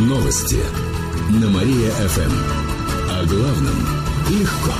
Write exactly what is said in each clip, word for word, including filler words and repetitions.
Новости на Мария-ФМ. О главном легко.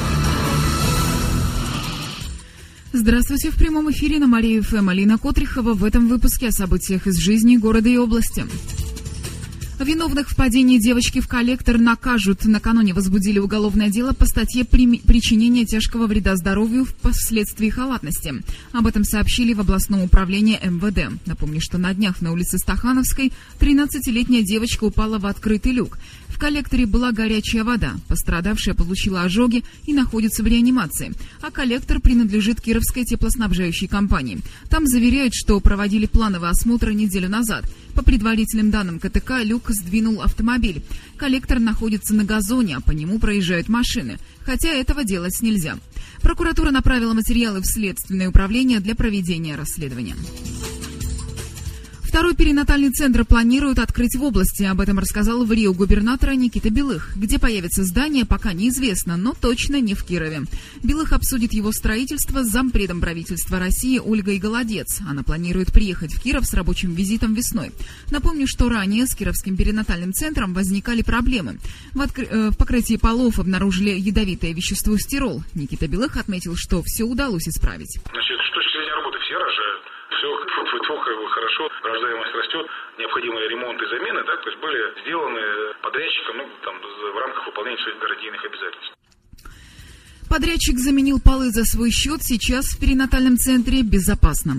Здравствуйте, в прямом эфире на Мария-ФМ. Алина Котрихова. В этом выпуске о событиях из жизни города и области. Виновных в падении девочки в коллектор накажут. Накануне возбудили уголовное дело по статье «Причинение тяжкого вреда здоровью вследствие халатности». Об этом сообщили в областном управлении эм вэ дэ. Напомню, что на днях на улице Стахановской тринадцатилетняя девочка упала в открытый люк. В коллекторе была горячая вода. Пострадавшая получила ожоги и находится в реанимации. А коллектор принадлежит Кировской теплоснабжающей компании. Там заверяют, что проводили плановый осмотр неделю назад. По предварительным данным ка тэ ка, люк сдвинул автомобиль. Коллектор находится на газоне, а по нему проезжают машины. Хотя этого делать нельзя. Прокуратура направила материалы в Следственное управление для проведения расследования. Второй перинатальный центр планируют открыть в области. Об этом рассказал в Рио губернатор Никита Белых. Где появится здание, пока неизвестно, но точно не в Кирове. Белых обсудит его строительство с зампредом правительства России Ольгой Голодец. Она планирует приехать в Киров с рабочим визитом весной. Напомню, что ранее с Кировским перинатальным центром возникали проблемы. В, откр... э, в покрытии полов обнаружили ядовитое вещество стирол. Никита Белых отметил, что все удалось исправить. Значит, с точки зрения работы все рожают. Все хорошо, рождаемость растет, необходимые ремонты и замены, да, то есть были сделаны подрядчиком, ну, там, в рамках выполнения своих гарантийных обязательств. Подрядчик заменил полы за свой счет, сейчас в перинатальном центре безопасно.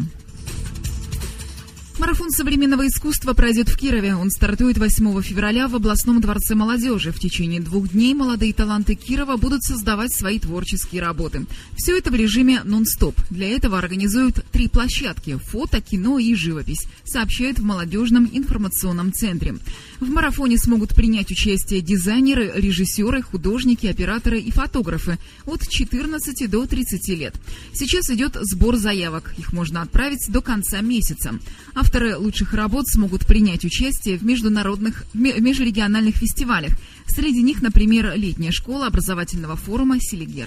Марафон современного искусства пройдет в Кирове. Он стартует восьмого февраля в областном дворце молодежи. В течение двух дней молодые таланты Кирова будут создавать свои творческие работы. Все это в режиме нон-стоп. Для этого организуют три площадки – фото, кино и живопись, сообщают в молодежном информационном центре. В марафоне смогут принять участие дизайнеры, режиссеры, художники, операторы и фотографы от четырнадцати до тридцати лет. Сейчас идет сбор заявок. Их можно отправить до конца месяца. Авторы лучших работ смогут принять участие в международных, межрегиональных фестивалях. Среди них, например, летняя школа образовательного форума «Селигер».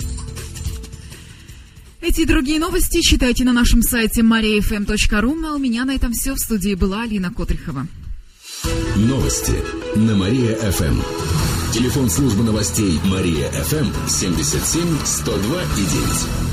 Эти и другие новости читайте на нашем сайте мария эф эм точка ру. А у меня на этом все. В студии была Алина Котрихова. Новости на Мария-ФМ. Телефон службы новостей Мария-ФМ семьдесят семь сто два и девять.